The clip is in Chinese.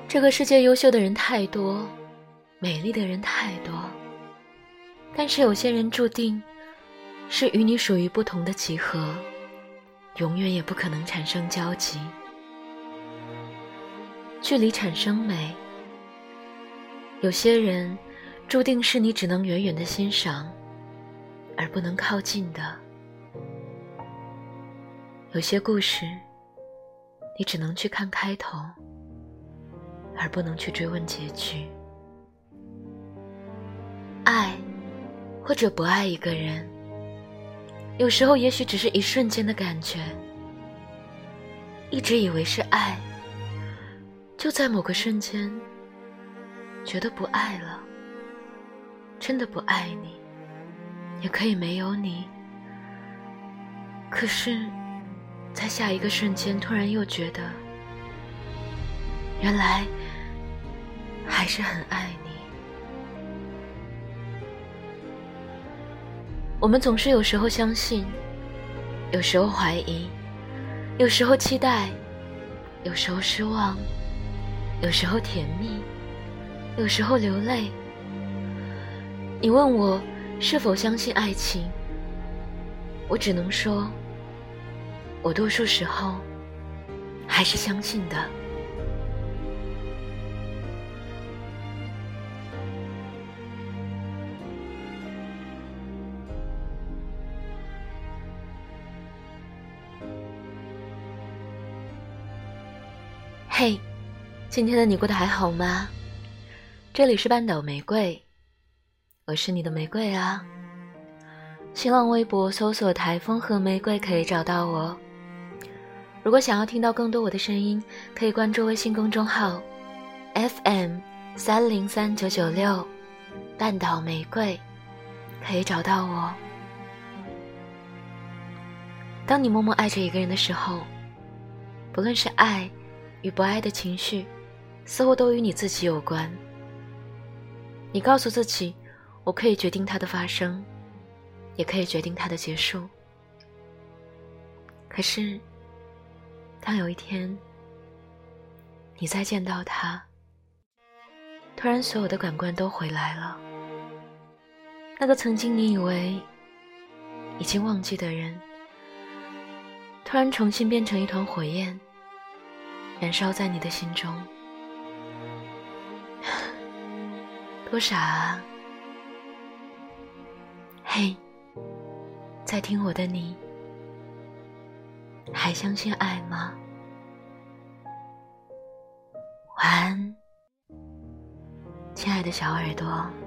这个世界优秀的人太多，美丽的人太多，但是有些人注定是与你属于不同的集合，永远也不可能产生交集。距离产生美，有些人注定是你只能远远的欣赏，而不能靠近的。有些故事，你只能去看开头，而不能去追问结局。爱或者不爱一个人，有时候也许只是一瞬间的感觉，一直以为是爱，就在某个瞬间觉得不爱了，真的不爱你，也可以没有你。可是在下一个瞬间突然又觉得，原来还是很爱你。我们总是有时候相信，有时候怀疑，有时候期待，有时候失望，有时候甜蜜，有时候流泪。你问我是否相信爱情，我只能说，我多数时候还是相信的。嘿，今天的你过得还好吗？这里是半岛玫瑰，我是你的玫瑰啊。新浪微博搜索台风和玫瑰可以找到我。如果想要听到更多我的声音，可以关注微信公众号 FM303996 半岛玫瑰，可以找到我。当你默默爱着一个人的时候，不论是爱与不爱的情绪，似乎都与你自己有关。你告诉自己，我可以决定它的发生，也可以决定它的结束。可是当有一天你再见到他，突然所有的感官都回来了。那个曾经你以为已经忘记的人，突然重新变成一团火焰，燃烧在你的心中。多傻啊！嘿，在听我的你，还相信爱吗？晚安，亲爱的小耳朵。